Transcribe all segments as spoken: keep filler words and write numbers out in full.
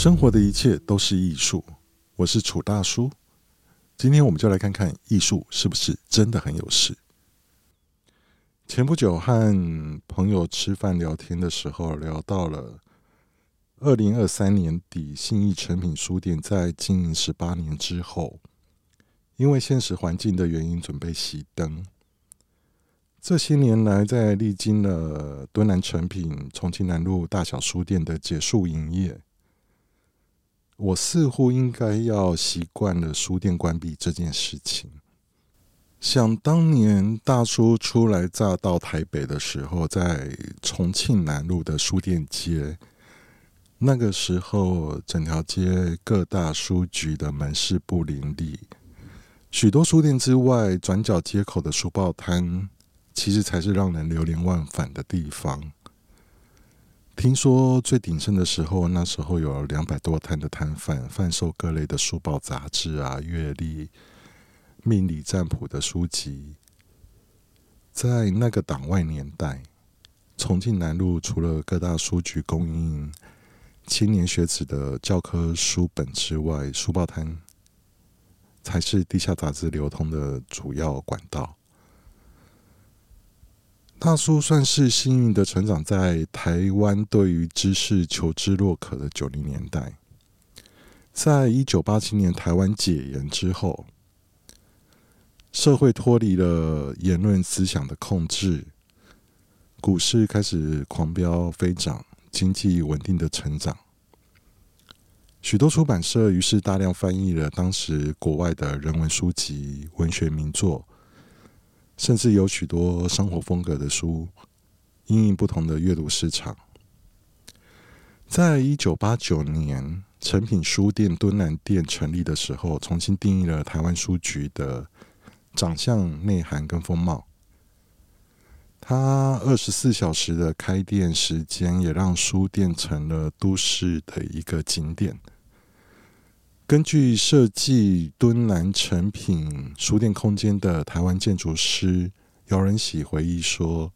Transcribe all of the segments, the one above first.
生活的一切都是艺术，我是楚大叔。今天我们就来看看艺术是不是真的很有事。前不久和朋友吃饭聊天的时候，聊到了二零二三年底信义诚品书店在经营十八年之后，因为现实环境的原因准备熄灯。这些年来，在历经了敦南诚品、重庆南路大小书店的结束营业，我似乎应该要习惯了书店关闭这件事情。想当年大叔初来乍到台北的时候，在重庆南路的书店街，那个时候整条街各大书局的门市不林立，许多书店之外，转角街口的书报摊其实才是让人流连忘返的地方。听说最鼎盛的时候，那时候有两百多摊的摊贩，贩售各类的书报、杂志啊、阅历、命理占卜的书籍。在那个党外年代，重庆南路除了各大书局供应青年学子的教科书本之外，书报摊才是地下杂志流通的主要管道。大叔算是幸运的成长在台湾对于知识求知若渴的九零年代。在一九八七年台湾解严之后，社会脱离了言论思想的控制，股市开始狂飙飞涨，经济稳定的成长。许多出版社于是大量翻译了当时国外的人文书籍、文学名作，甚至有许多生活风格的书，因应不同的阅读市场。在一九八九年，诚品书店敦南店成立的时候，重新定义了台湾书局的长相、内涵跟风貌。它二十四小时的开店时间，也让书店成了都市的一个景点。根据设计敦南诚品书店空间的台湾建筑师姚仁喜回忆说，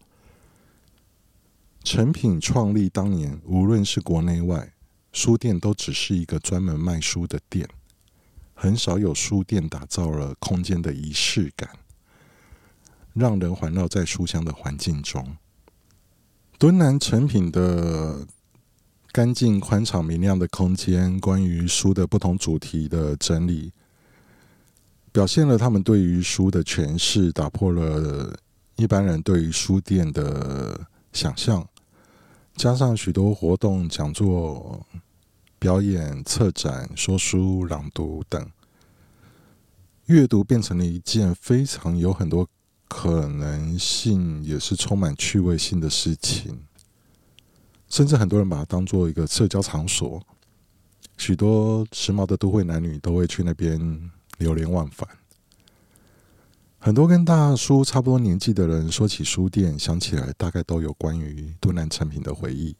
诚品创立当年，无论是国内外，书店都只是一个专门卖书的店，很少有书店打造了空间的仪式感，让人环绕在书香的环境中。敦南诚品的干净、宽敞、明亮的空间，关于书的不同主题的整理，表现了他们对于书的诠释，打破了一般人对于书店的想象。加上许多活动、讲座、表演、策展、说书、朗读等，阅读变成了一件非常有很多可能性，也是充满趣味性的事情。甚至很多人把它当作一个社交场所，许多时髦的都会男女都会去那边流连忘返。很多跟大叔差不多年纪的人说起书店，想起来大概都有关于敦南诚品的回忆。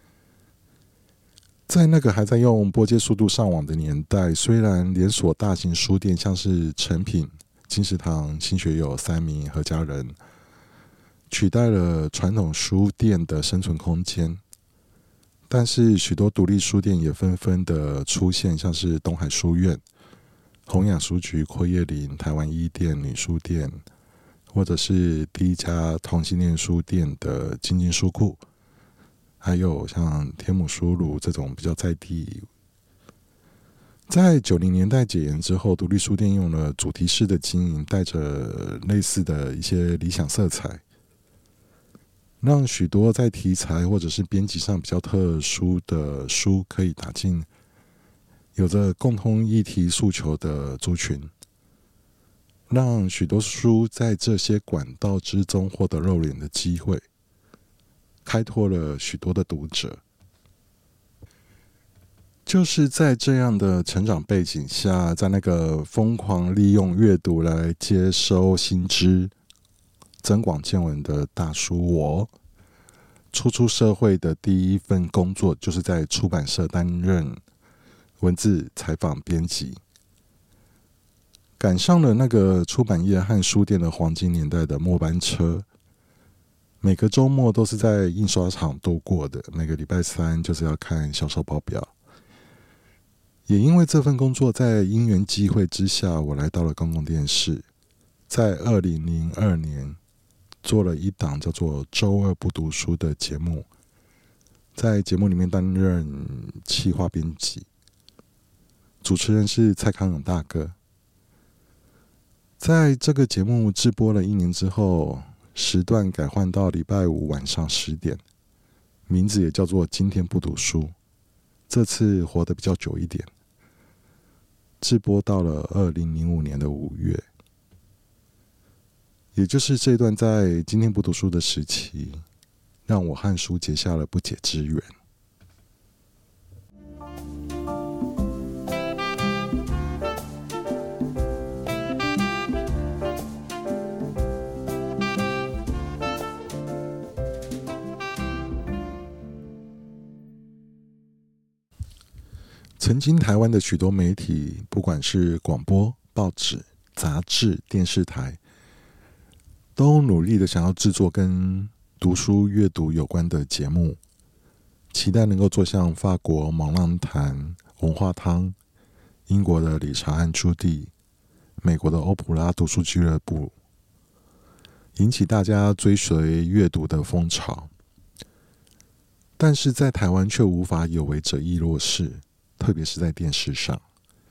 在那个还在用拨接速度上网的年代，虽然连锁大型书店像是诚品、金石堂、新学友、三民、何家人取代了传统书店的生存空间，但是许多独立书店也纷纷的出现，像是东海书院、弘雅书局、阔叶林、台湾一店、女书店，或者是第一家同性恋书店的金金书库，还有像天母书庐这种比较在地。在九零年代解严之后，独立书店用了主题式的经营，带着类似的一些理想色彩，让许多在题材或者是编辑上比较特殊的书可以打进有着共同议题诉求的族群，让许多书在这些管道之中获得露脸的机会，开拓了许多的读者。就是在这样的成长背景下，在那个疯狂利用阅读来接收新知、增广见闻的大叔我，初出社会的第一份工作就是在出版社担任文字采访编辑，赶上了那个出版业和书店的黄金年代的末班车。每个周末都是在印刷厂度过的，每个礼拜三就是要看销售报表。 也因为这份工作，在因缘际会之下，我来到了公共电视，在二零零二年做了一档叫做《周二不读书》的节目，在节目里面担任企划编辑，主持人是蔡康永大哥。在这个节目直播了一年之后，时段改换到礼拜五晚上十点，名字也叫做今天不读书。这次活得比较久一点，直播到了二零零五年的五月，也就是这段在今天不读书的时期，让我和书结下了不解之缘。曾经台湾的许多媒体，不管是广播、报纸、杂志、电视台，都努力的想要制作跟读书阅读有关的节目，期待能够做像法国猛浪谈、文化汤、英国的理查和朱棣、美国的欧普拉读书俱乐部，引起大家追随阅读的风潮。但是在台湾却无法有为者亦若是，特别是在电视上。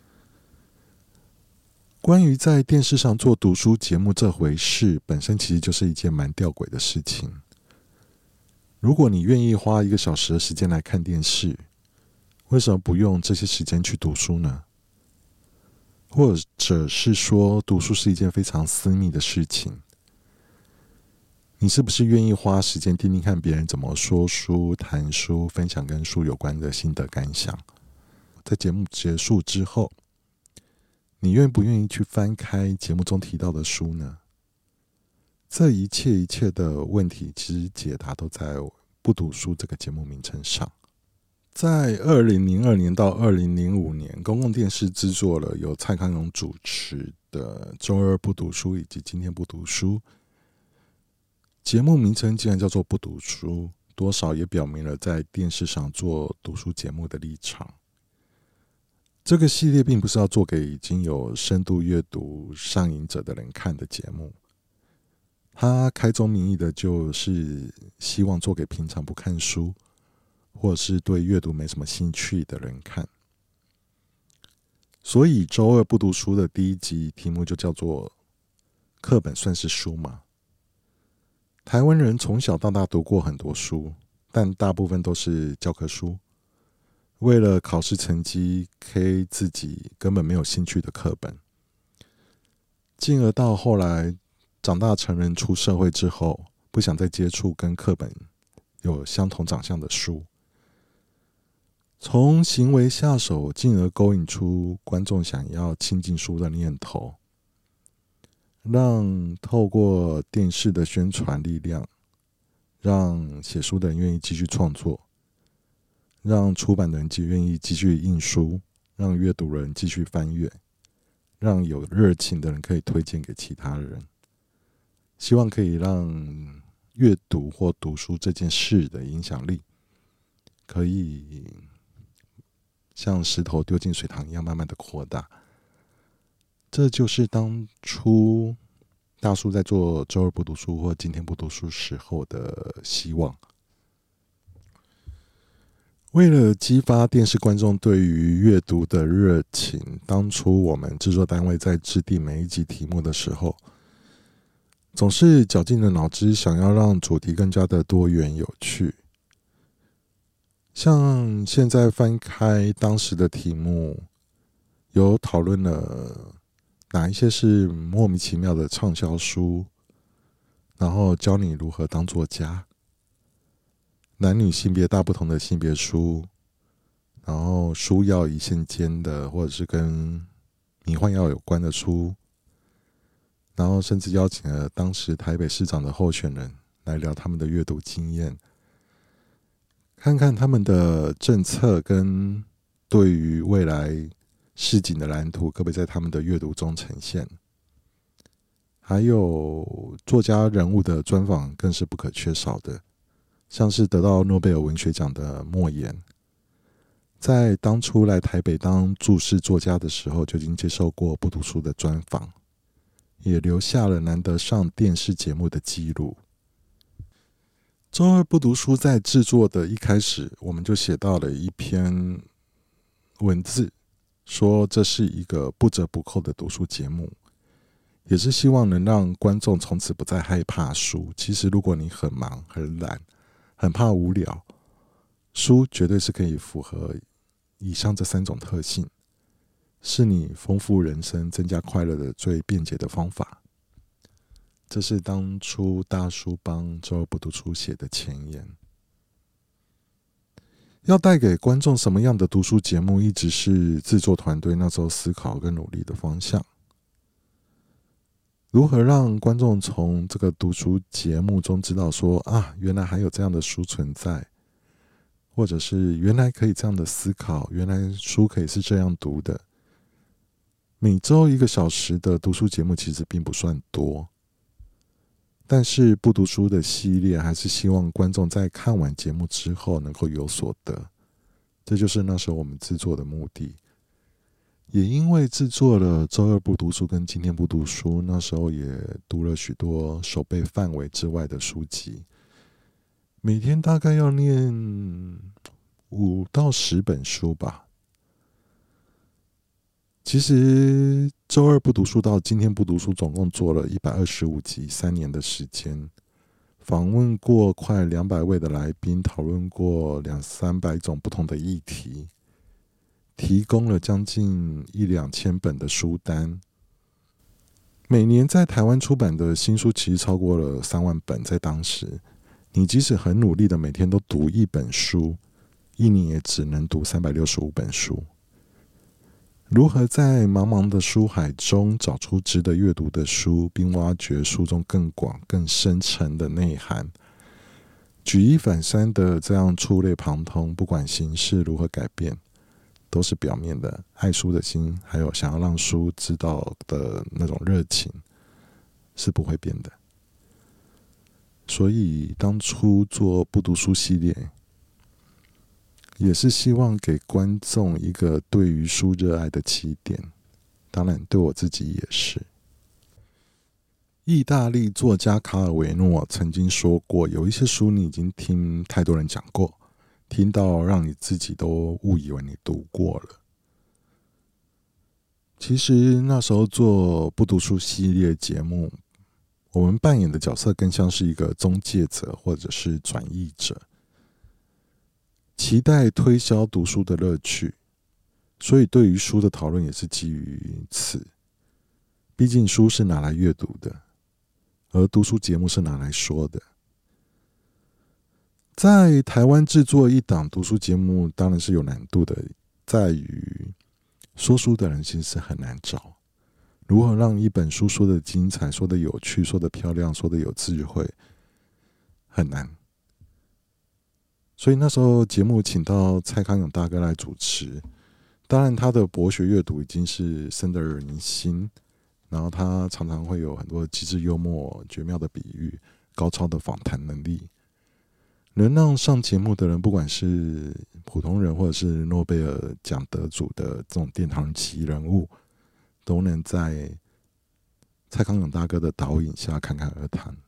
关于在电视上做读书节目这回事，本身其实就是一件蛮吊诡的事情。如果你愿意花一个小时的时间来看电视，为什么不用这些时间去读书呢？或者是说，读书是一件非常私密的事情，你是不是愿意花时间听听看别人怎么说书、谈书、分享跟书有关的心得感想？在节目结束之后，你愿不愿意去翻开节目中提到的书呢？这一切一切的问题，其实解答都在不读书这个节目名称上。在二零零二年到二零零五年，公共电视制作了由蔡康永主持的《周二不读书》以及《今天不读书》。节目名称竟然叫做不读书，多少也表明了在电视上做读书节目的立场。这个系列并不是要做给已经有深度阅读上瘾者的人看的节目，他开宗明义的就是希望做给平常不看书或者是对阅读没什么兴趣的人看。所以周二不读书的第一集题目就叫做课本算是书吗？台湾人从小到大读过很多书，但大部分都是教科书，为了考试成绩 K 自己根本没有兴趣的课本，进而到后来长大成人出社会之后，不想再接触跟课本有相同长相的书，从行为下手，进而勾引出观众想要亲近书的念头，让透过电视的宣传力量，让写书的人愿意继续创作，让出版的人愿意继续印书，让阅读人继续翻阅，让有热情的人可以推荐给其他人，希望可以让阅读或读书这件事的影响力可以像石头丢进水塘一样慢慢的扩大。这就是当初大叔在做周二不读书或今天不读书时候的希望。为了激发电视观众对于阅读的热情，当初我们制作单位在制定每一集题目的时候，总是绞尽了脑汁，想要让主题更加的多元有趣。像现在翻开当时的题目，有讨论了哪一些是莫名其妙的畅销书，然后教你如何当作家，男女性别大不同的性别书，然后书药一线间的，或者是跟迷幻药有关的书，然后甚至邀请了当时台北市长的候选人来聊他们的阅读经验，看看他们的政策跟对于未来市井的蓝图可不可以在他们的阅读中呈现。还有作家人物的专访更是不可缺少的，像是得到诺贝尔文学奖的莫言， 在当初来台北当著事作家的时候，就已经接受过不读书的专访，也留下了难得上电视节目的记录。周二不读书在制作的一开始，我们就写到了一篇文字，说这是一个不折不扣的读书节目，也是希望能让观众从此不再害怕书。其实如果你很忙很懒很怕无聊，书绝对是可以符合以上这三种特性，是你丰富人生增加快乐的最便捷的方法。这是当初大叔帮周二不读书写的前言。要带给观众什么样的读书节目，一直是制作团队那时候思考跟努力的方向。如何让观众从这个读书节目中知道说啊，原来还有这样的书存在，或者是原来可以这样的思考，原来书可以是这样读的。每周一个小时的读书节目其实并不算多，但是不读书的系列还是希望观众在看完节目之后能够有所得，这就是那时候我们制作的目的。也因为制作了周二不读书跟今天不读书，那时候也读了许多手背范围之外的书籍，每天大概要念五到十本书吧。其实周二不读书到今天不读书总共做了一百二十五集，三年的时间，访问过快两百位的来宾，讨论过两三百种不同的议题，提供了将近一两千本的书单。每年在台湾出版的新书其实超过了三万本，在当时你即使很努力的每天都读一本书，一年也只能读三百六十五本书。如何在茫茫的书海中找出值得阅读的书，并挖掘书中更广更深沉的内涵，举一反三的这样触类旁通，不管形式如何改变，都是表面的爱书的心，还有想要让书知道的那种热情是不会变的。所以当初做不读书系列，也是希望给观众一个对于书热爱的起点，当然对我自己也是。意大利作家卡尔维诺曾经说过，有一些书你已经听太多人讲过，听到让你自己都误以为你读过了。其实那时候做不读书系列节目，我们扮演的角色更像是一个中介者或者是转译者，期待推销读书的乐趣，所以对于书的讨论也是基于此。毕竟书是拿来阅读的，而读书节目是拿来说的。在台湾制作一档读书节目当然是有难度的，在于说书的人其实是很难找，如何让一本书说的精彩，说的有趣，说的漂亮，说的有智慧，很难。所以那时候节目请到蔡康永大哥来主持，当然他的博学阅读已经是深得人心，然后他常常会有很多机智幽默、绝妙的比喻、高超的访谈能力，能让上节目的人，不管是普通人或者是诺贝尔奖得主的这种殿堂级人物，都能在蔡康永大哥的导引下侃侃而谈。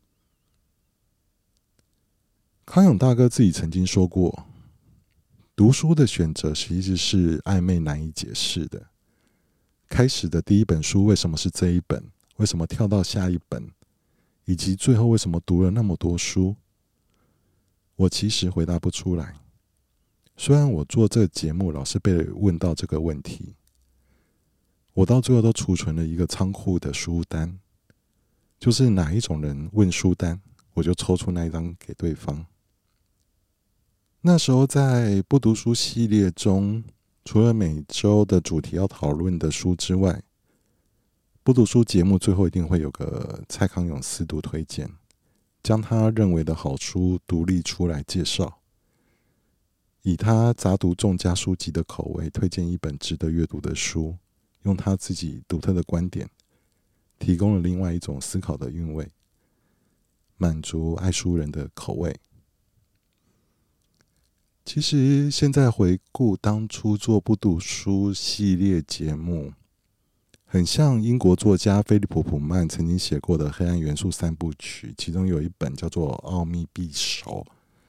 康永大哥自己曾经说过，读书的选择其实是暧昧难以解释的。开始的第一本书为什么是这一本？为什么跳到下一本？以及最后为什么读了那么多书？我其实回答不出来。虽然我做这个节目老是被问到这个问题，我到最后都储存了一个仓库的书单，就是哪一种人问书单，我就抽出那一张给对方。那时候在不读书系列中，除了每周的主题要讨论的书之外，不读书节目最后一定会有个蔡康永私读推荐，将他认为的好书独立出来介绍，以他杂读众家书籍的口味推荐一本值得阅读的书，用他自己独特的观点提供了另外一种思考的韵味，满足爱书人的口味。 其实现在回顾当初做不读书系列节目，很像英国作家菲利普·普曼曾经写过的黑暗元素三部曲，其中有一本叫做《奥秘匕首》。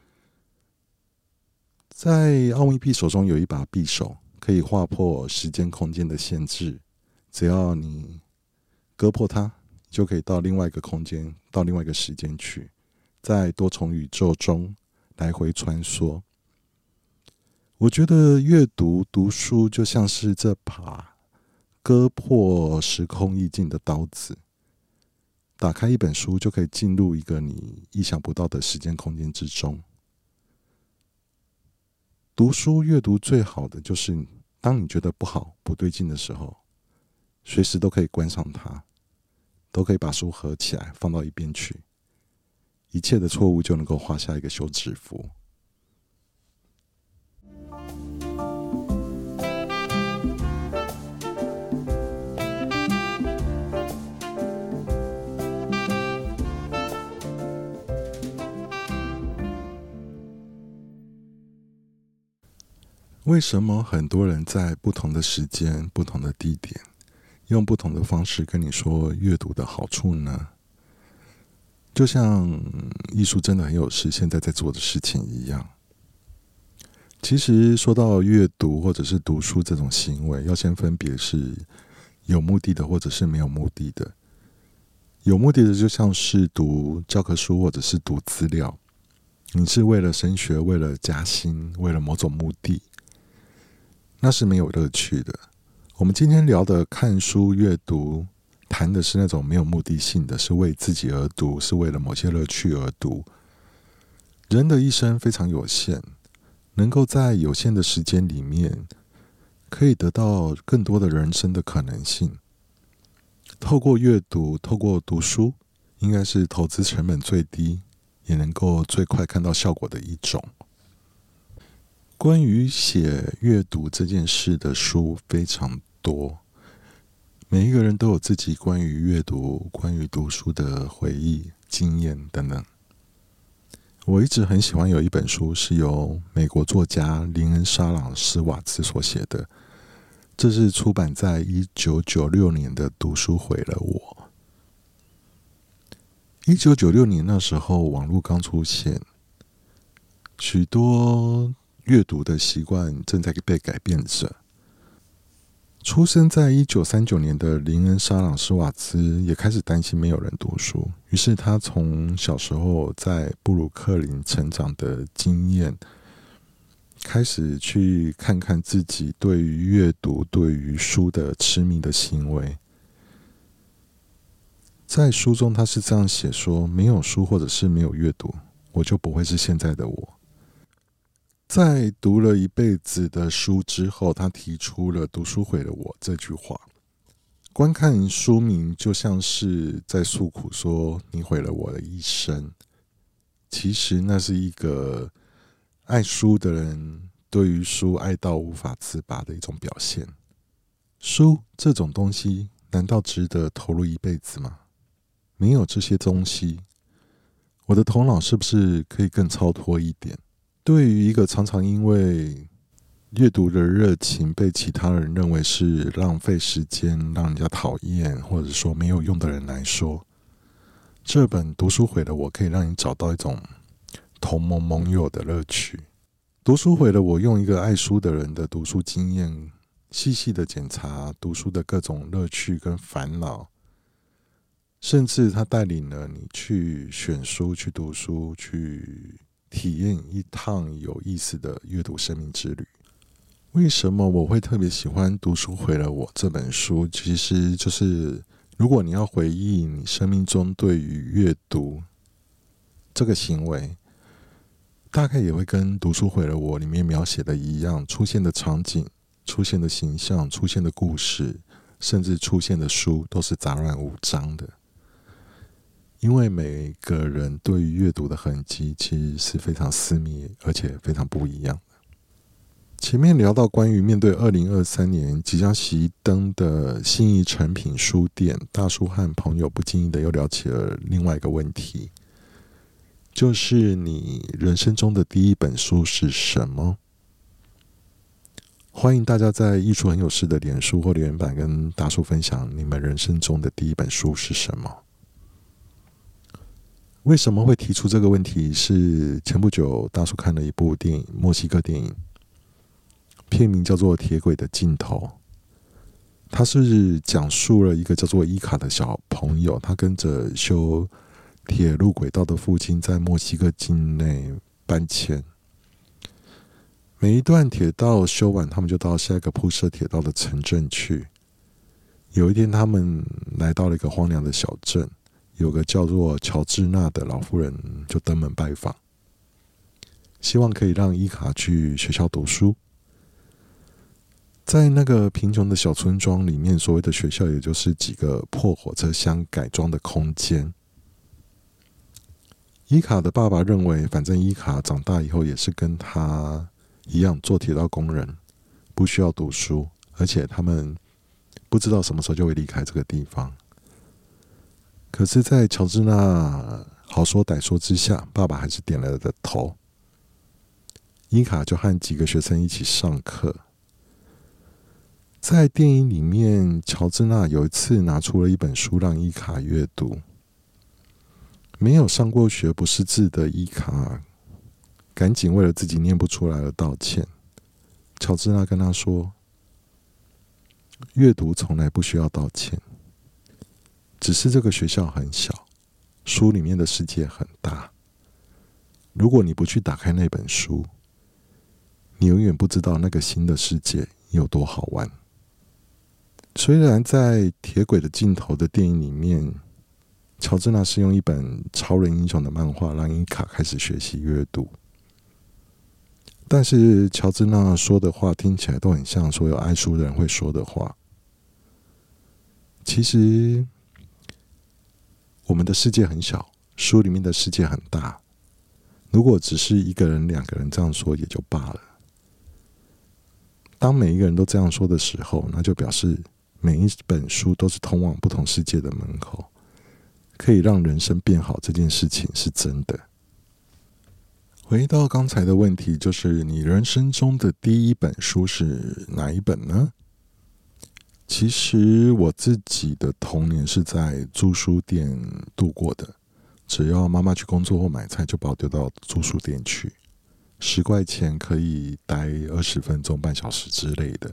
在《奥秘匕首》中有一把匕首，可以划破时间空间的限制，只要你割破它，就可以到另外一个空间，到另外一个时间去，在多重宇宙中来回穿梭。我觉得阅读读书就像是这把割破时空意境的刀子，打开一本书就可以进入一个你意想不到的时间空间之中。读书阅读最好的就是当你觉得不好不对劲的时候，随时都可以关上它，都可以把书合起来放到一边去，一切的错误就能够画下一个休止符。为什么很多人在不同的时间、不同的地点，用不同的方式跟你说阅读的好处呢？就像艺术真的很有事现在在做的事情一样。其实说到阅读或者是读书这种行为，要先分别是有目的的或者是没有目的的。有目的的就像是读教科书或者是读资料，你是为了升学、为了加薪、为了某种目的，那是没有乐趣的。我们今天聊的看书阅读，谈的是那种没有目的性的，是为自己而读，是为了某些乐趣而读。人的一生非常有限，能够在有限的时间里面，可以得到更多的人生的可能性。透过阅读，透过读书，应该是投资成本最低，也能够最快看到效果的一种。关于写阅读这件事的书非常多，每一个人都有自己关于阅读、关于读书的回忆、经验等等。我一直很喜欢有一本书是由美国作家林恩·沙朗施瓦茨所写的，这是出版在一九九六年的《读书毁了我》。一九九六年那时候，网络刚出现，许多阅读的习惯正在被改变着。出生在一九三九年的林恩·沙朗施瓦茨也开始担心没有人读书，于是他从小时候在布鲁克林成长的经验，开始去看看自己对于阅读、对于书的痴迷的行为。在书中他是这样写说，没有书或者是没有阅读，我就不会是现在的我。在读了一辈子的书之后，他提出了读书毁了我这句话。观看书名就像是在诉苦说，你毁了我的一生。其实那是一个爱书的人对于书爱到无法自拔的一种表现。书这种东西难道值得投入一辈子吗？没有这些东西，我的头脑是不是可以更超脱一点？对于一个常常因为阅读的热情被其他人认为是浪费时间、让人家讨厌或者说没有用的人来说，这本读书毁了我可以让你找到一种同盟盟友的乐趣。读书毁了我用一个爱书的人的读书经验，细细的检查读书的各种乐趣跟烦恼，甚至他带领了你去选书、去读书、去体验一趟有意思的阅读生命之旅。为什么我会特别喜欢《读书毁了我》这本书？其实就是如果你要回忆你生命中对于阅读这个行为，大概也会跟《读书毁了我》里面描写的一样，出现的场景、出现的形象、出现的故事，甚至出现的书都是杂乱无章的。因为每个人对于阅读的痕迹其实是非常私密而且非常不一样的。前面聊到关于面对二零二三年即将熄灯的信义诚品书店，大叔和朋友不经意的又聊起了另外一个问题， 就是你人生中的第一本书是什么？欢迎大家在艺术很有事的脸书或留言板跟大叔分享你们人生中的第一本书是什么。为什么会提出这个问题？是前不久大叔看了一部电影，墨西哥电影，片名叫做《铁轨的尽头》。它是讲述了一个叫做伊卡的小朋友，他跟着修铁路轨道的父亲在墨西哥境内搬迁。每一段铁道修完，他们就到下一个铺设铁道的城镇去。有一天，他们来到了一个荒凉的小镇，有个叫做乔治娜的老妇人就登门拜访，希望可以让伊卡去学校读书。在那个贫穷的小村庄里面，所谓的学校也就是几个破火车厢改装的空间。伊卡的爸爸认为，反正伊卡长大以后也是跟他一样做铁道工人，不需要读书，而且他们不知道什么时候就会离开这个地方。可是在乔治娜好说歹说之下，爸爸还是点了个头。伊卡就和几个学生一起上课。在电影里面，乔治娜有一次拿出了一本书让伊卡阅读。没有上过学不识字的伊卡赶紧为了自己念不出来而道歉。乔治娜跟他说，阅读从来不需要道歉，只是这个学校很小，书里面的世界很大。如果你不去打开那本书，你永远不知道那个新的世界有多好玩。虽然在铁轨的尽头的电影里面，乔治娜是用一本超人英雄的漫画让伊卡开始学习阅读，但是乔治娜说的话听起来都很像所有爱书的人会说的话。其实我们的世界很小，书里面的世界很大。如果只是一个人两个人这样说也就罢了，当每一个人都这样说的时候，那就表示每一本书都是通往不同世界的门口，可以让人生变好，这件事情是真的。回到刚才的问题，就是你人生中的第一本书是哪一本呢？其实我自己的童年是在租书店度过的，只要妈妈去工作或买菜，就把我丢到租书店去，十块钱可以待二十分钟、半小时之类的。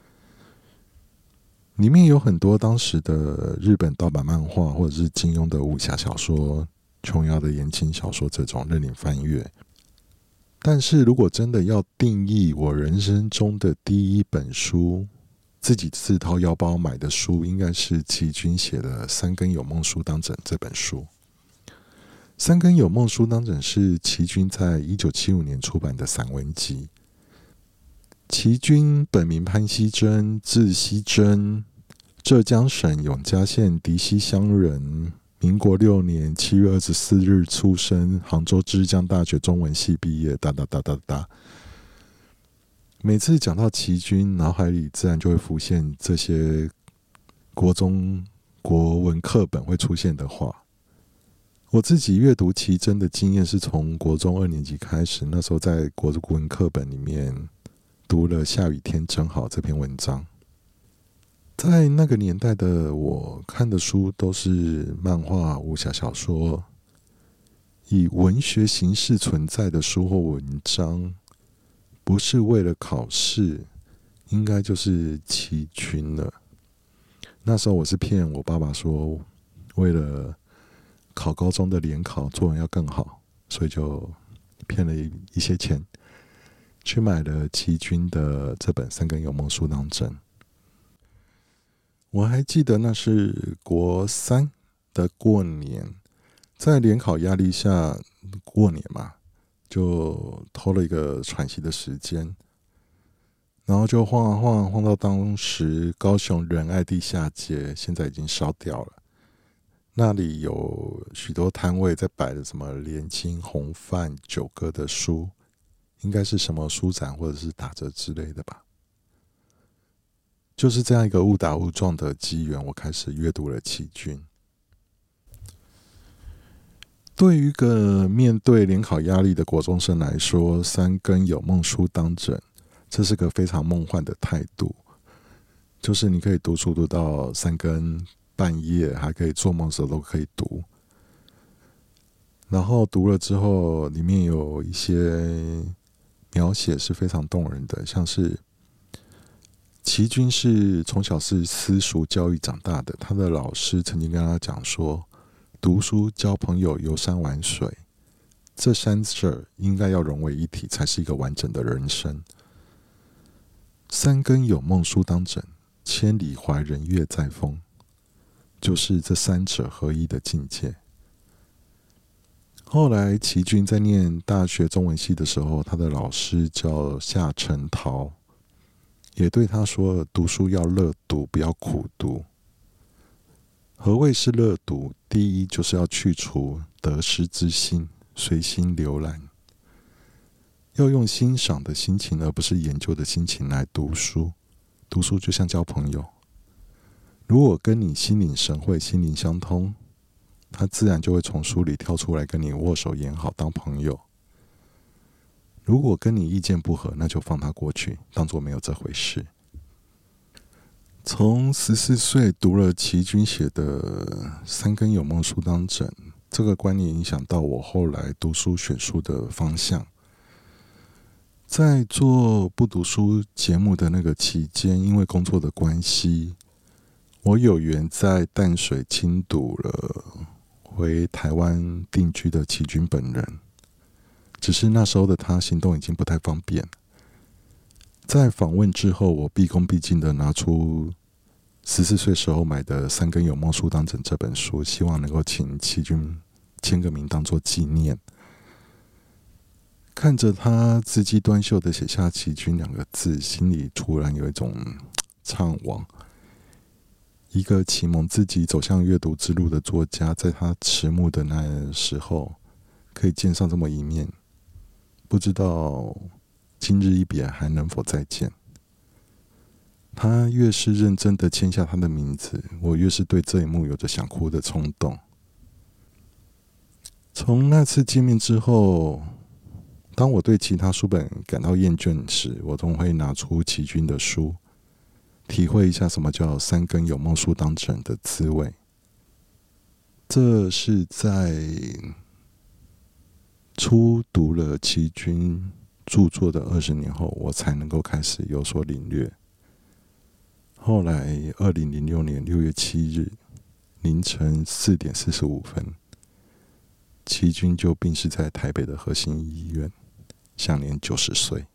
里面有很多当时的日本盗版漫画，或者是金庸的武侠小说、琼瑶的言情小说，这种任你翻阅。但是如果真的要定义我人生中的第一本书，自己自掏腰包买的书，应该是齐君写的《三更有梦书当枕》这本书。《三更有梦书当枕》是齐君在一九七五年出版的散文集。齐君本名潘熙珍，字熙珍，浙江省永嘉县狄溪乡人，民国六年七月二十四日出生，杭州之江大学中文系毕业。哒哒哒哒哒。每次讲到齐君，脑海里自然就会浮现这些国中国文课本会出现的话。我自己阅读齐真的经验是从国中二年级开始，那时候在国文课本里面读了《下雨天真好》这篇文章。在那个年代的我看的书都是漫画、武侠小说，以文学形式存在的书或文章，不是为了考试，应该就是齐君了。那时候我是骗我爸爸说，为了考高中的联考作文要更好，所以就骗了一些钱，去买了齐君的这本《三更有梦书当枕》。我还记得那是国三的过年，在联考压力下过年嘛，就偷了一个喘息的时间，然后就晃啊晃啊晃到当时高雄仁爱地下街，现在已经烧掉了。那里有许多摊位在摆的什么连青、红范、九歌的书，应该是什么书展或者是打折之类的吧。就是这样一个误打误撞的机缘，我开始阅读了齐君。 对于一个面对联考压力的国中生来说，三更有梦书当枕，这是个非常梦幻的态度。就是你可以读书读到三更半夜，还可以做梦的时候都可以读。然后读了之后，里面有一些描写是非常动人的，像是齐军是从小是私塾教育长大的，他的老师曾经跟他讲说，读书、交朋友、游山玩水，这三者应该要融为一体，才是一个完整的人生。三更有梦书当枕，千里怀人月在风，就是这三者合一的境界。后来齐军在念大学中文系的时候，他的老师叫夏承陶，也对他说，读书要乐读，不要苦读。何谓是乐读？第一，就是要去除得失之心，随心浏览，要用欣赏的心情，而不是研究的心情来读书。读书就像交朋友，如果跟你心领神会、心灵相通，他自然就会从书里跳出来跟你握手言好，当朋友。如果跟你意见不合，那就放他过去，当作没有这回事。从十四岁读了齐军写的三更有梦书当枕，这个观念影响到我后来读书选书的方向。在做不读书节目的那个期间，因为工作的关系，我有缘在淡水亲睹了回台湾定居的齐军本人，只是那时候的他行动已经不太方便。在访问之后，我毕恭毕敬的拿出十四岁时候买的《三更有梦书当枕》这本书，希望能够请齐军签个名当做纪念。看着他字迹端秀的写下齐军两个字，心里突然有一种怅惘。一个启蒙自己走向阅读之路的作家，在他迟暮的那时候可以见上这么一面，不知道今日一别还能否再见。他越是认真的签下他的名字，我越是对这一幕有着想哭的冲动。从那次见面之后，当我对其他书本感到厌倦时，我总会拿出齐军的书，体会一下什么叫三更有梦书当枕的滋味。这是在初读了齐军著作的二十年后，我才能够开始有所领略。后来二零零六年六月七日凌晨四点四十五分，齐军就病逝在台北的和信医院，享年九十岁。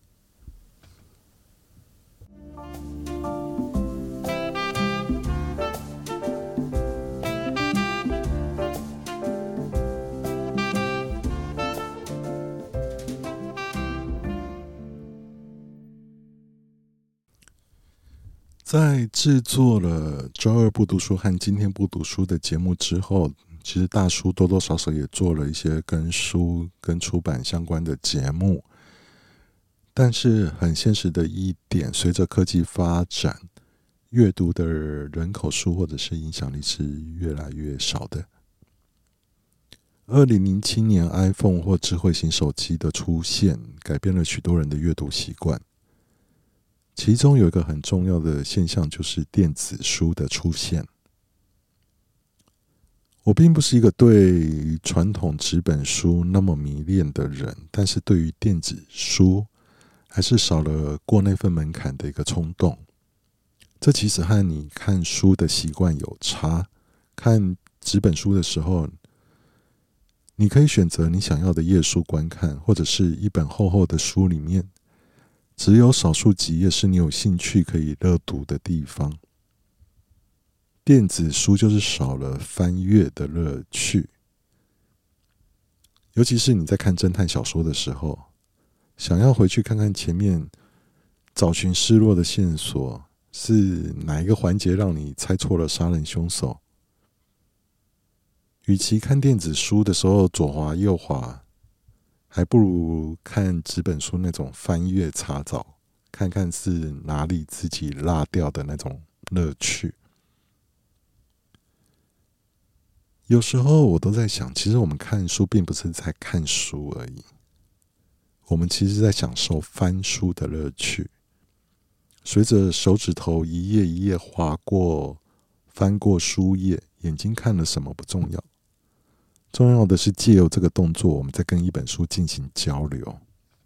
在制作了周二不读书和今天不读书的节目之后，其实大叔多多少少也做了一些跟书跟出版相关的节目，但是很现实的一点，随着科技发展，阅读的人口数或者是影响力是越来越少的。二零零七年 iPhone 或智慧型手机的出现，改变了许多人的阅读习惯。其中有一个很重要的现象，就是电子书的出现。我并不是一个对传统纸本书那么迷恋的人，但是对于电子书还是少了过那份门槛的一个冲动。这其实和你看书的习惯有差。看纸本书的时候，你可以选择你想要的页数观看，或者是一本厚厚的书里面只有少数几页是你有兴趣可以热读的地方。电子书就是少了翻阅的乐趣，尤其是你在看侦探小说的时候，想要回去看看前面找寻失落的线索，是哪一个环节让你猜错了杀人凶手。与其看电子书的时候左滑右滑，还不如看纸本书那种翻阅查找，看看是哪里自己落掉的那种乐趣。 有时候我都在想，其实我们看书并不是在看书而已，我们其实在享受翻书的乐趣。随着手指头一页一页划过、翻过书页，眼睛看了什么不重要，重要的是借由这个动作，我们在跟一本书进行交流。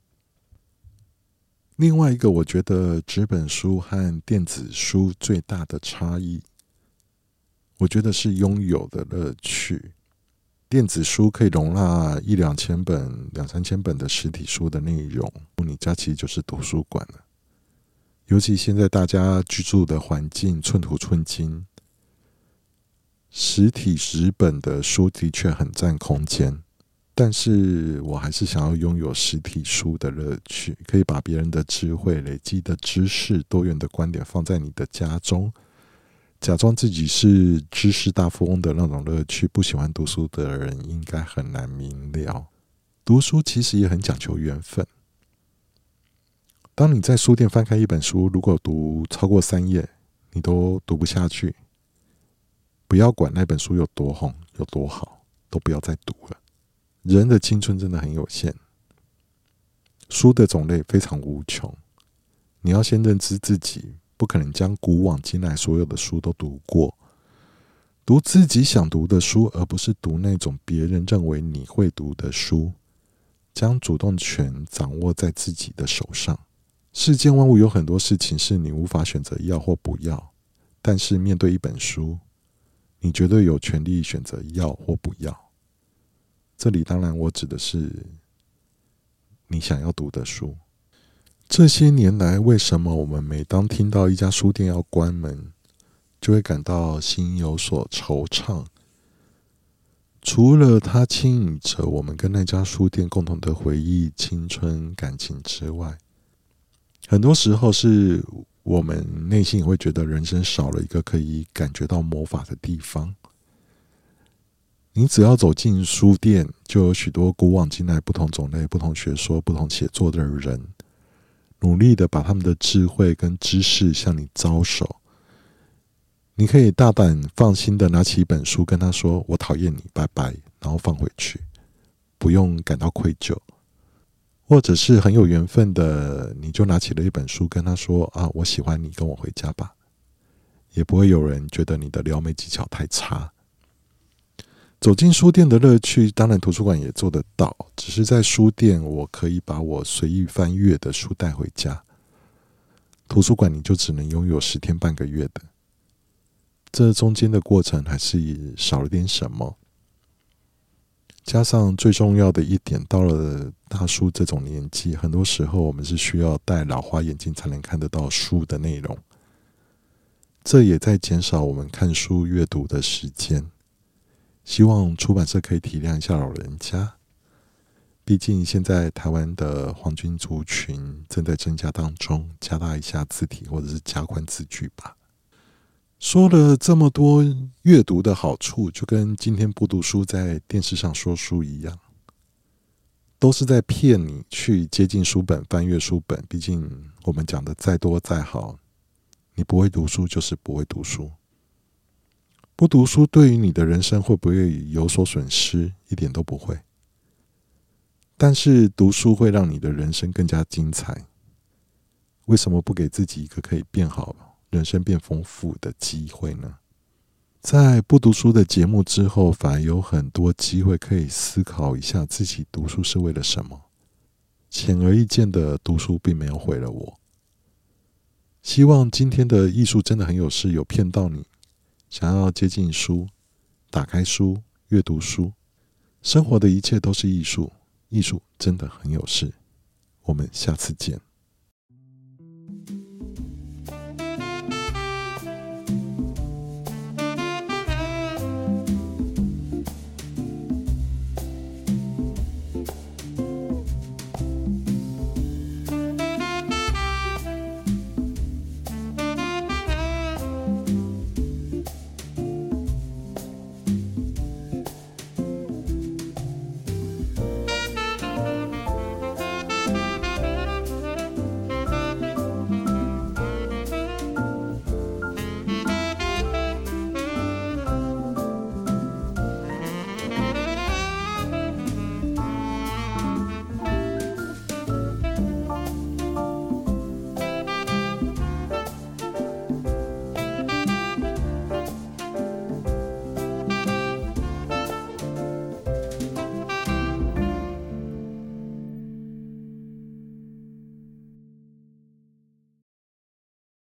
另外一个，我觉得纸本书和电子书最大的差异，我觉得是拥有的乐趣。电子书可以容纳一两千本、两三千本的实体书的内容，你家其实就是图书馆了。尤其现在大家居住的环境寸土寸金，实体纸本的书的确很占空间，但是我还是想要拥有实体书的乐趣，可以把别人的智慧、累积的知识、多元的观点放在你的家中，假装自己是知识大富翁的那种乐趣，不喜欢读书的人应该很难明了。读书其实也很讲求缘分。当你在书店翻开一本书，如果读超过三页，你都读不下去，不要管那本书有多红、有多好，都不要再读了。人的青春真的很有限，书的种类非常无穷，你要先认知自己不可能将古往今来所有的书都读过，读自己想读的书，而不是读那种别人认为你会读的书，将主动权掌握在自己的手上。世间万物有很多事情是你无法选择要或不要，但是面对一本书，你绝对有权利选择要或不要。这里当然我指的是你想要读的书。这些年来，为什么我们每当听到一家书店要关门，就会感到心有所惆怅？除了它牵引着我们跟那家书店共同的回忆、青春、感情之外，很多时候是我们内心也会觉得人生少了一个可以感觉到魔法的地方。你只要走进书店，就有许多古往今来不同种类、不同学说、不同写作的人，努力的把他们的智慧跟知识向你招手。你可以大胆放心的拿起一本书跟他说，我讨厌你，拜拜，然后放回去，不用感到愧疚。或者是很有缘分的，你就拿起了一本书跟他说，啊，我喜欢你，跟我回家吧，也不会有人觉得你的撩妹技巧太差。走进书店的乐趣，当然图书馆也做得到，只是在书店我可以把我随意翻阅的书带回家，图书馆你就只能拥有十天半个月的，这中间的过程还是少了点什么。加上最重要的一点，到了大叔这种年纪，很多时候我们是需要戴老花眼镜才能看得到书的内容，这也在减少我们看书阅读的时间。希望出版社可以体谅一下老人家，毕竟现在台湾的黄金族群正在增加当中，加大一下字体或者是加宽字句吧。说了这么多阅读的好处，就跟今天不读书在电视上说书一样，都是在骗你去接近书本、翻阅书本。毕竟我们讲的再多再好，你不会读书就是不会读书。不读书对于你的人生会不会有所损失？一点都不会。但是读书会让你的人生更加精彩。为什么不给自己一个可以变好、人生变丰富的机会呢？在不读书的节目之后，反而有很多机会可以思考一下自己读书是为了什么。显而易见的，读书并没有毁了我。希望今天的艺术真的很有事，有骗到你。想要接近书，打开书，阅读书，生活的一切都是艺术，艺术真的很有事。我们下次见。